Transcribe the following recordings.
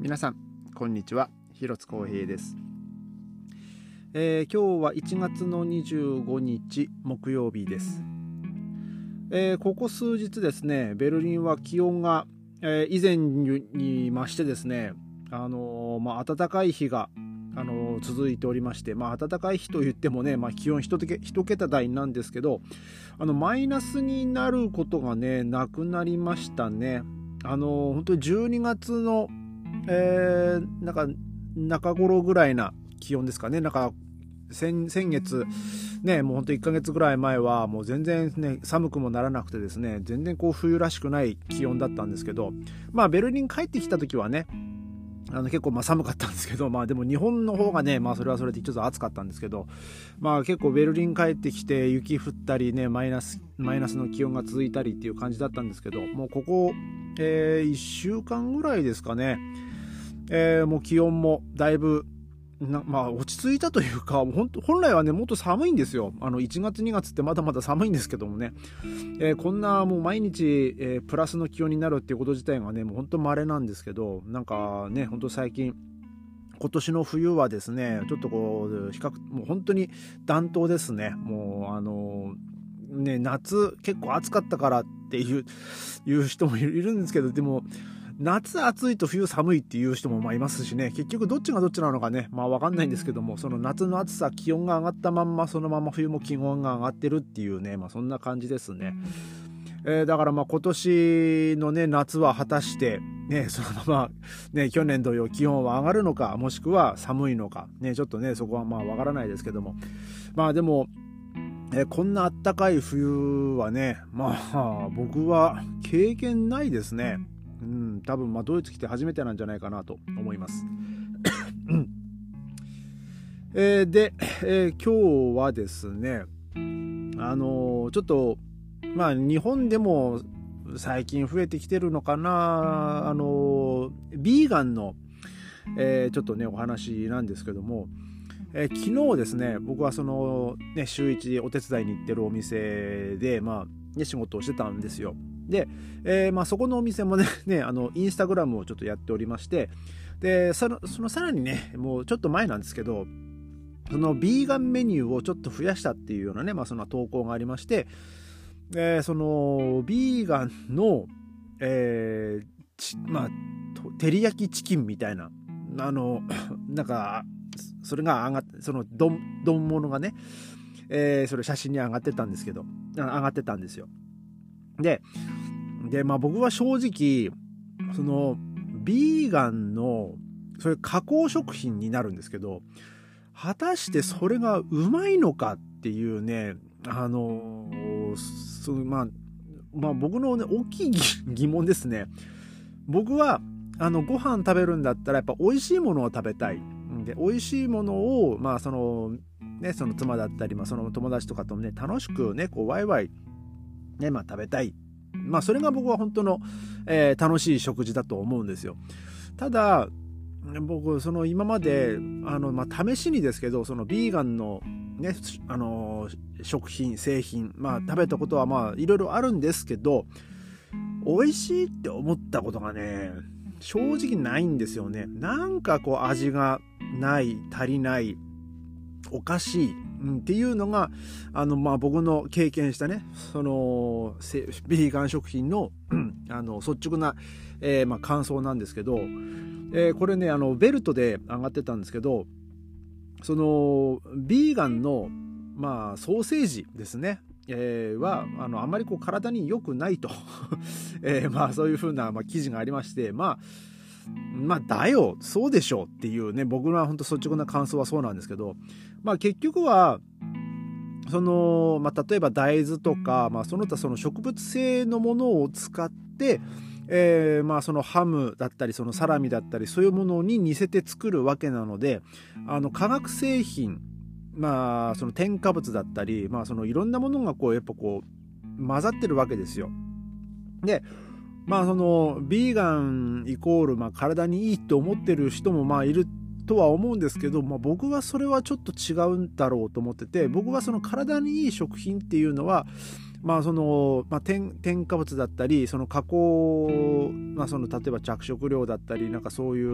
皆さんこんにちは、広津光平です。今日は1月の25日木曜日です。ここ数日ですね、ベルリンは気温が、以前に増してですね、暖かい日が続いておりまして、暖かい日といってもね、気温1桁台なんですけど、マイナスになることがねなくなりましたね。本当に12月の、中頃ぐらいな気温ですかね。先月ね、もう本当1ヶ月ぐらい前はもう全然ね寒くもならなくてですね、全然冬らしくない気温だったんですけど、ベルリン帰ってきた時はね結構寒かったんですけど、でも日本の方がね、それはそれでちょっと暑かったんですけど、結構ベルリン帰ってきて雪降ったりね、マイナスの気温が続いたりっていう感じだったんですけど、もうここ、1週間ぐらいですかね、もう気温もだいぶ落ち着いたというか、本来はねもっと寒いんですよ。1月2月ってまだまだ寒いんですけどもね、こんなもう毎日、プラスの気温になるっていうこと自体がねもう本当稀なんですけど、本当最近今年の冬はですね、ちょっともう本当に暖冬ですね。もう夏結構暑かったからっていう人もいるんですけど、でも夏暑いと冬寒いっていう人もいますしね、結局どっちがどっちなのかね分かんないんですけども、その夏の暑さ気温が上がったまんまそのまま冬も気温が上がってるっていうね、そんな感じですね。だから今年のね夏は果たしてねそのままね去年同様気温は上がるのか、もしくは寒いのかね、ちょっとねそこは分からないですけども、でもこんなあったかい冬はね僕は経験ないですね。多分ドイツ来て初めてなんじゃないかなと思いますで、今日はですねちょっと日本でも最近増えてきてるのかな、ビーガンの、ちょっとねお話なんですけども、昨日ですね、僕は週1お手伝いに行ってるお店で仕事をしてたんですよ。で、そこのお店もねインスタグラムをちょっとやっておりまして、でそのさらにねもうちょっと前なんですけど、そのビーガンメニューをちょっと増やしたっていうようなねそんな投稿がありまして、そのビーガンの、照り焼きチキンみたいなそれが上がってその丼物がね、それ写真に上がってたんですよ。で僕は正直そのビーガンのそういう加工食品になるんですけど、果たしてそれがうまいのかっていうね、僕のね大きい疑問ですね。僕はご飯食べるんだったらやっぱ美味しいものを食べたい。で美味しいものをその妻だったり、その友達とかともね楽しくねワイワイね食べたい。それが僕は本当の、楽しい食事だと思うんですよ。ただ僕今まで試しにですけど、そのビーガンのね食品製品食べたことはいろいろあるんですけど、美味しいって思ったことがね正直ないんですよね。味がない、足りない、おかしい、っていうのが僕の経験したねそのビーガン食品の率直な、感想なんですけど、これねベルトで上がってたんですけど、そのビーガンのソーセージですね、はあまり体に良くないと、そういう風な、記事がありまして、だよそうでしょうっていうね、僕の本当率直な感想はそうなんですけど、結局は例えば大豆とか、その他その植物性のものを使って、そのハムだったりそのサラミだったりそういうものに似せて作るわけなので、化学製品その添加物だったり、そのいろんなものがやっぱ混ざってるわけですよ。でそのビーガンイコール体にいいと思ってる人もいるとは思うんですけど、僕はそれはちょっと違うんだろうと思ってて、僕はその体にいい食品っていうのは添加物だったり、その加工、その例えば着色料だったり、なんかそういう、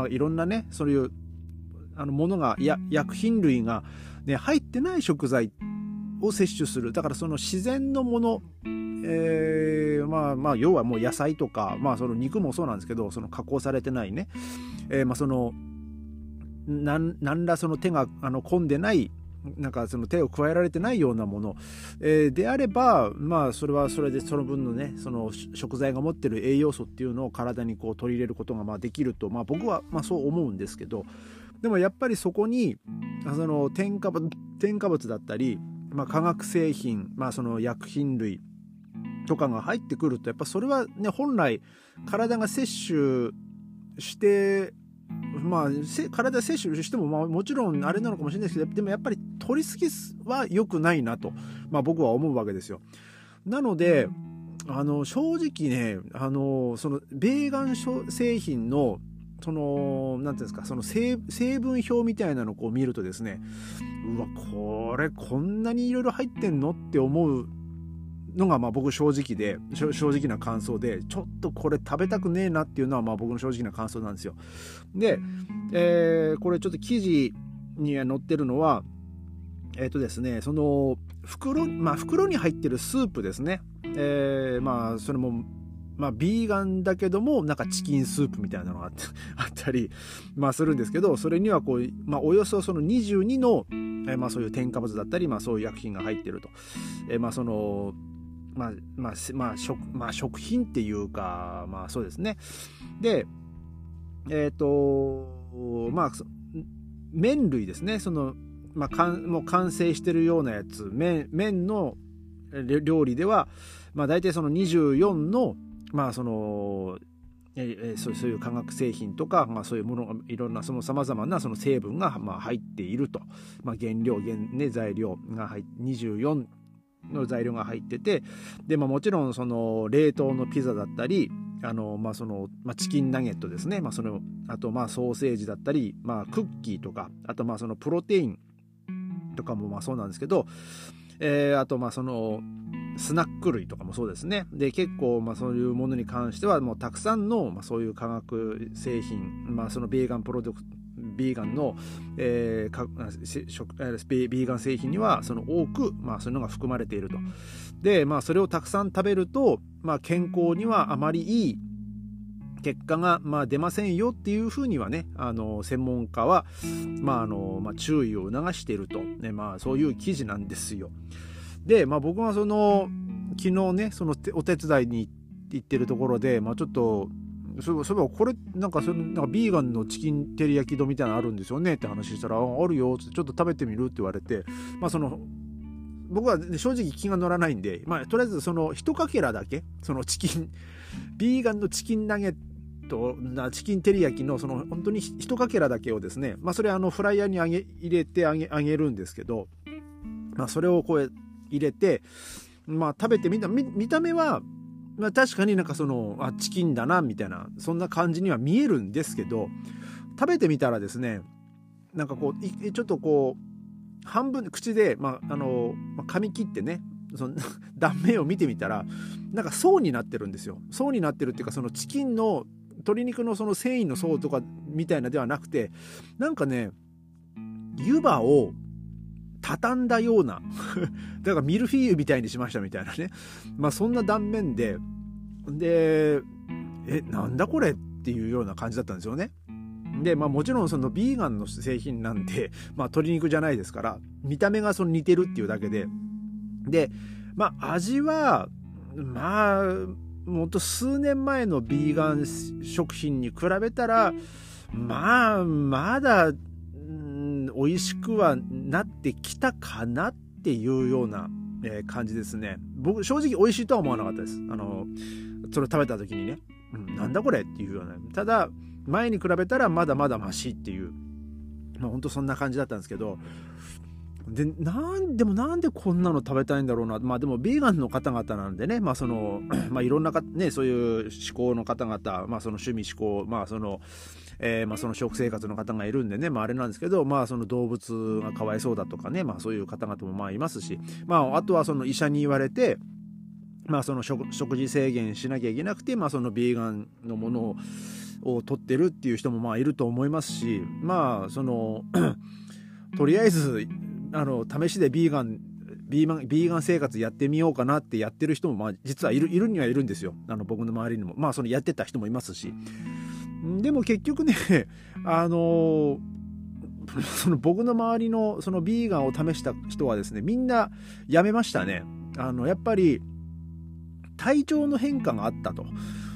いろんなね、そういうものが、薬品類が、ね、入ってない食材を摂取する。だからその自然のもの、要はもう野菜とか、その肉もそうなんですけど、その加工されてないね、その何らその手が込んでない、なんかその手を加えられてないようなもの、であれば、それはそれでその分のね、その食材が持ってる栄養素っていうのを体にこう取り入れることができると、僕はそう思うんですけど、でもやっぱりそこにその添加物だったり、化学製品、その薬品類とかが入ってくると、やっぱそれはね、本来体が摂取して、体摂取しても、もちろんあれなのかもしれないですけど、でもやっぱり取りすぎは良くないなと、僕は思うわけですよ。なので正直ね、そのベーガン製品のそのなんていうんですか、その成分表みたいなのをこう見るとですね、うわ、これこんなにいろいろ入ってんのって思うのが僕正直な感想で、ちょっとこれ食べたくねえなっていうのは僕の正直な感想なんですよ。で、これちょっと記事に載ってるのはですね、その袋に入ってるスープですね。それもビーガンだけどもなんかチキンスープみたいなのがあったりするんですけど、それにはこう、およそその22の、そういう添加物だったり、そういう薬品が入ってると、その食品っていうか、そうですね。で麺類ですね。そのもう完成してるようなやつ、麺の料理では大体その24のそのそういう化学製品とか、そういうものがいろんなその様々なその成分が入っていると、材料が24の材料が入ってて、でもちろんその冷凍のピザだったり、チキンナゲットですね、あとソーセージだったり、クッキーとか、あとそのプロテインとかもそうなんですけど、あとそのスナック類とかもそうですね。で結構そういうものに関してはもうたくさんのそういう化学製品、そのビーガンの、ビーガン製品にはその多く、そういうのが含まれていると。でそれをたくさん食べると、健康にはあまりいい結果が出ませんよっていうふうにはね、専門家は注意を促していると、ね、そういう記事なんですよ。で僕はその昨日ね、そのお手伝いに行ってるところで、ちょっとそういえばこれなんかビーガンのチキン照り焼き丼みたいなのあるんですよねって話したら、あるよって、ちょっと食べてみるって言われて、僕は正直気が乗らないんで、とりあえずその一かけらだけ、そのビーガンのチキンナゲットチキン照り焼きのその本当に一かけらだけをですね、それフライヤーに入れてあげるんですけど、それをこう入れて食べてみた、見た目は確かになんかそのチキンだなみたいな、そんな感じには見えるんですけど、食べてみたらですね、なんかこうちょっとこう半分口で噛み切ってね、その断面を見てみたらなんか層になってるんですよ。層になってるっていうか、そのチキンの鶏肉のその繊維の層とかみたいなではなくて、なんかね湯葉を畳んだようなだからミルフィーユみたいにしましたみたいなね、そんな断面でなんだこれっていうような感じだったんですよね。でもちろんそのビーガンの製品なんで鶏肉じゃないですから、見た目がその似てるっていうだけで味はもっと数年前のビーガン食品に比べたらまだ美味しくはなってきたかなっていうような、感じですね。僕正直美味しいとは思わなかったです。それを食べた時にね、なんだこれっていうような。ただ前に比べたらまだまだマシっていう、本当そんな感じだったんですけど、でなんでこんなの食べたいんだろうな。でもビーガンの方々なんでね、いろんなね、そういう思考の方々、その趣味思考、その食生活の方がいるんでね、あれなんですけど、その動物がかわいそうだとかね、そういう方々もいますし、あとはその医者に言われてその食事制限しなきゃいけなくて、そのビーガンのものを取ってるっていう人もいると思いますし、そのとりあえず試しでビーガン生活やってみようかなってやってる人も実はいるにはいるんですよ。僕の周りにもそのやってた人もいますし。でも結局ねその僕の周りのそのビーガンを試した人はですね、みんなやめましたね。やっぱり体調の変化があったと。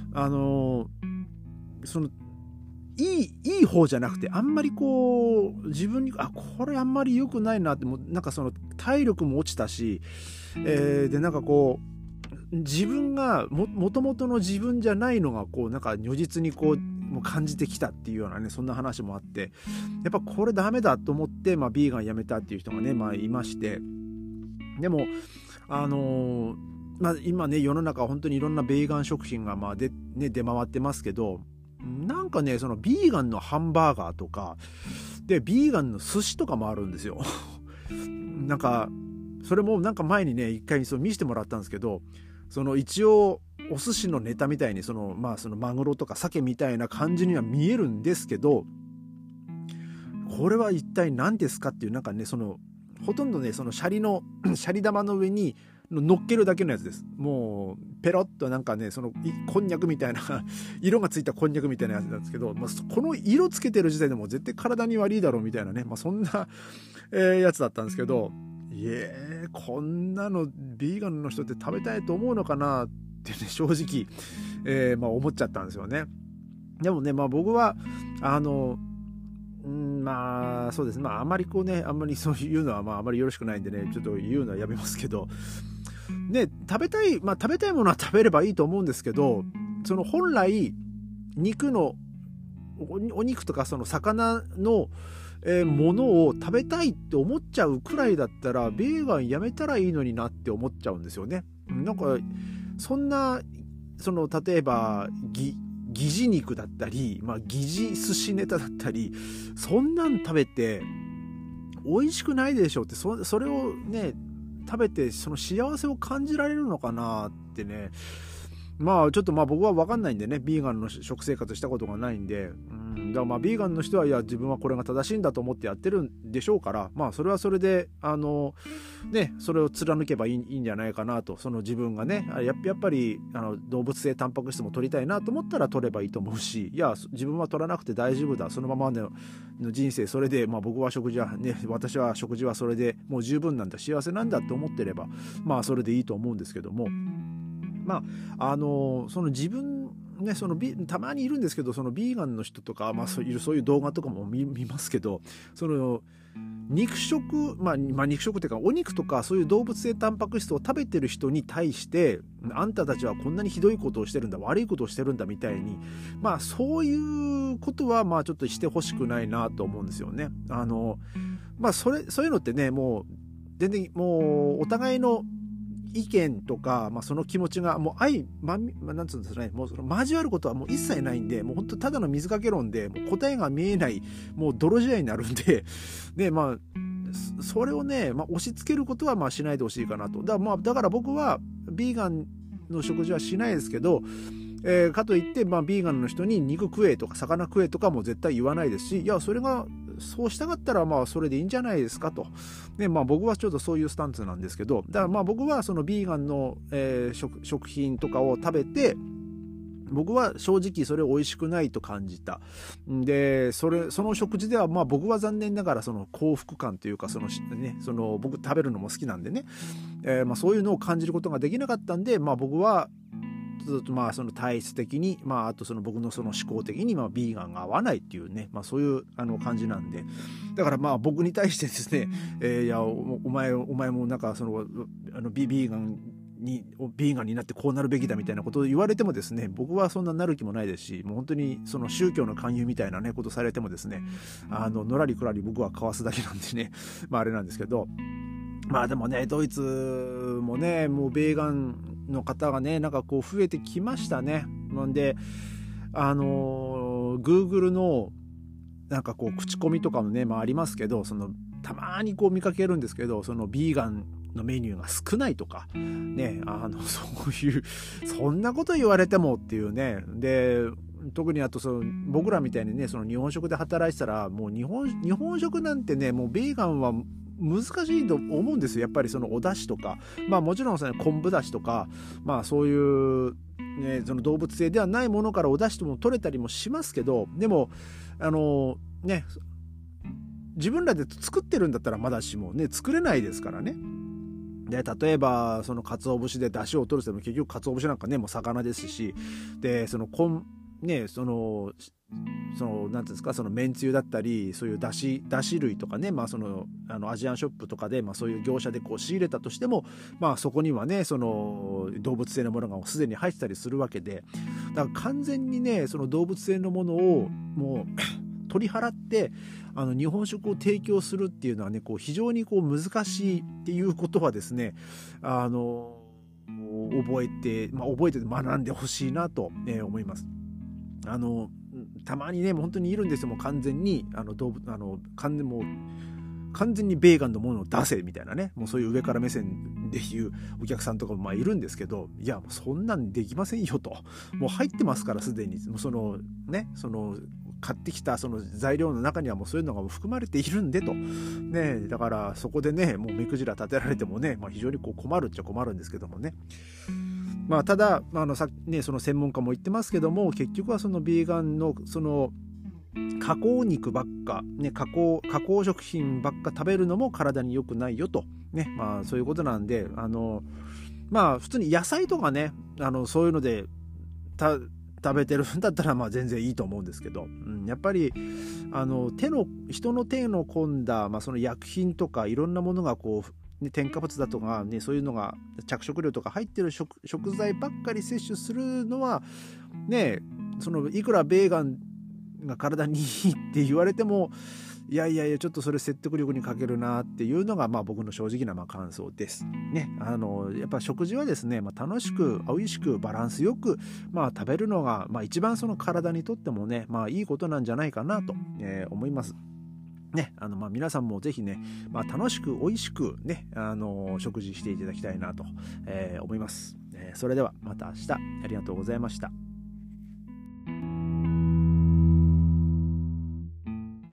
そのいい方じゃなくて、あんまりこう自分にこれあんまり良くないなって、もうなんかその体力も落ちたし、でなんかこう自分がもともとの自分じゃないのがこうなんか如実にこうもう感じてきたっていうようなね、そんな話もあって、やっぱこれダメだと思って、ビーガンやめたっていう人がねいまして、でも今ね世の中本当にいろんなビーガン食品が出回ってますけど、なんかねそのビーガンのハンバーガーとかでビーガンの寿司とかもあるんですよなんかそれもなんか前にね一回見せてもらったんですけど、その一応お寿司のネタみたいにそのマグロとか鮭みたいな感じには見えるんですけど、これは一体何ですかっていう、なんかねそのほとんどねそのシャリ玉の上に乗っけるだけのやつです。もうペロッとなんかねそのこんにゃくみたいな色がついたこんにゃくみたいなやつなんですけど、この色つけてる時点でも絶対体に悪いだろうみたいなね、そんな、やつだったんですけど、こんなのビーガンの人って食べたいと思うのかなってね正直、思っちゃったんですよね。でもね僕はそうですね、あんまりこうねあんまりそういうのはあんまりよろしくないんでね、ちょっと言うのはやめますけどね、食べたいものは食べればいいと思うんですけど、その本来お肉とかその魚のものを食べたいって思っちゃうくらいだったらビーガンやめたらいいのになって思っちゃうんですよね。なんかそんな例えば疑似肉だったり、疑似寿司ネタだったり、そんなん食べて美味しくないでしょって、それをね食べてその幸せを感じられるのかなってね、ちょっと僕は分かんないんでね、ビーガンの食生活したことがないんで、だからビーガンの人は自分はこれが正しいんだと思ってやってるんでしょうから、それはそれでそれを貫けばいいんじゃないかなと。その自分がねやっぱり動物性タンパク質も取りたいなと思ったら取ればいいと思うし、自分は取らなくて大丈夫だ、そのままの人生それで、私は食事はそれでもう十分なんだ、幸せなんだと思ってればそれでいいと思うんですけども、その自分ねたまにいるんですけど、そのビーガンの人とか、そういう動画とかも見ますけど、その肉食肉食っていうかお肉とかそういう動物性タンパク質を食べてる人に対して、あんたたちはこんなにひどいことをしてるんだ、悪いことをしてるんだみたいに、そういうことはちょっとしてほしくないなと思うんですよね。そういうのってねもう全然もうお互いの意見とか、その気持ちがもうなんつうんですかね、もうその交わることはもう一切ないんで、もう本当ただの水かけ論で、もう答えが見えない、もう泥仕合になるんで、でそれをね、押し付けることはしないでほしいかなと。だから僕はビーガンの食事はしないですけど、かといって、ビーガンの人に肉食えとか魚食えとかも絶対言わないですし、それがそうしたかったらそれでいいんじゃないですかと。で僕はちょっとそういうスタンスなんですけど、だから僕はそのビーガンの、食品とかを食べて、僕は正直それ美味しくないと感じた。でその食事では僕は残念ながらその幸福感というか、僕食べるのも好きなんでね、そういうのを感じることができなかったんで、僕はずっとその体質的に、あとその僕のその思考的にビーガンが合わないっていうね、そういう感じなんで、だから僕に対してですね、お前もなんかそのビーガンになってこうなるべきだみたいなことを言われてもですね、僕はそんななる気もないですし、もう本当にその宗教の勧誘みたいなねことされてもですね、のらりくらり僕はかわすだけなんでね、あれなんですけど、でもねドイツもねもうビーガンの方がねなんかこう増えてきましたね。なんでGoogle のなんかこう口コミとかもね、ありますけど、そのたまにこう見かけるんですけど、そのビーガンのメニューが少ないとかね、そういうそんなこと言われてもっていうね。で特にあと僕らみたいにねその日本食で働いてたらもう日本食なんてねもうベーガンは難しいと思うんですよ。やっぱりそのお出汁とかもちろん昆布出汁とかそういうね、その動物性ではないものからお出汁も取れたりもしますけど、でもね自分らで作ってるんだったらまだしもね作れないですからね。で例えばその鰹節で出汁を取るっても結局鰹節なんかねもう魚ですし、でそのなんていうんですか、そのめんつゆだったりそういうだし類とかね、アジアンショップとかで、そういう業者でこう仕入れたとしても、そこにはねその動物性のものがすでに入ってたりするわけで、だから完全にねその動物性のものをもう取り払って日本食を提供するっていうのはねこう非常にこう難しいっていうことはですね覚えて学んでほしいなと思います。たまにね本当にいるんですよ。もう完全に完全にベーガンのものを出せみたいなね、もうそういう上から目線でいうお客さんとかもいるんですけど、いやそんなんできませんよと、もう入ってますからすでにその買ってきたその材料の中にはもうそういうのが含まれているんでとね、だからそこでねもう目くじら立てられてもね、非常にこう困るっちゃ困るんですけどもね。たださっきねその専門家も言ってますけども、結局はそのビーガンのその加工肉ばっか、ね、加工食品ばっか食べるのも体に良くないよとね、そういうことなんで普通に野菜とかねそういうので食べてるんだったら全然いいと思うんですけど、やっぱり人の手の込んだ、その薬品とかいろんなものがこう添加物だとかねそういうのが着色料とか入ってる食材ばっかり摂取するのはね、いくらベーガンが体にいいって言われてもいやちょっとそれ説得力に欠けるなっていうのが僕の正直な感想ですね。やっぱ食事はですね、楽しく美味しくバランスよく食べるのが一番その体にとってもねいいことなんじゃないかなと、思いますね。皆さんもぜひね、楽しく美味しくね食事していただきたいなと、思います。それではまた明日ありがとうございました。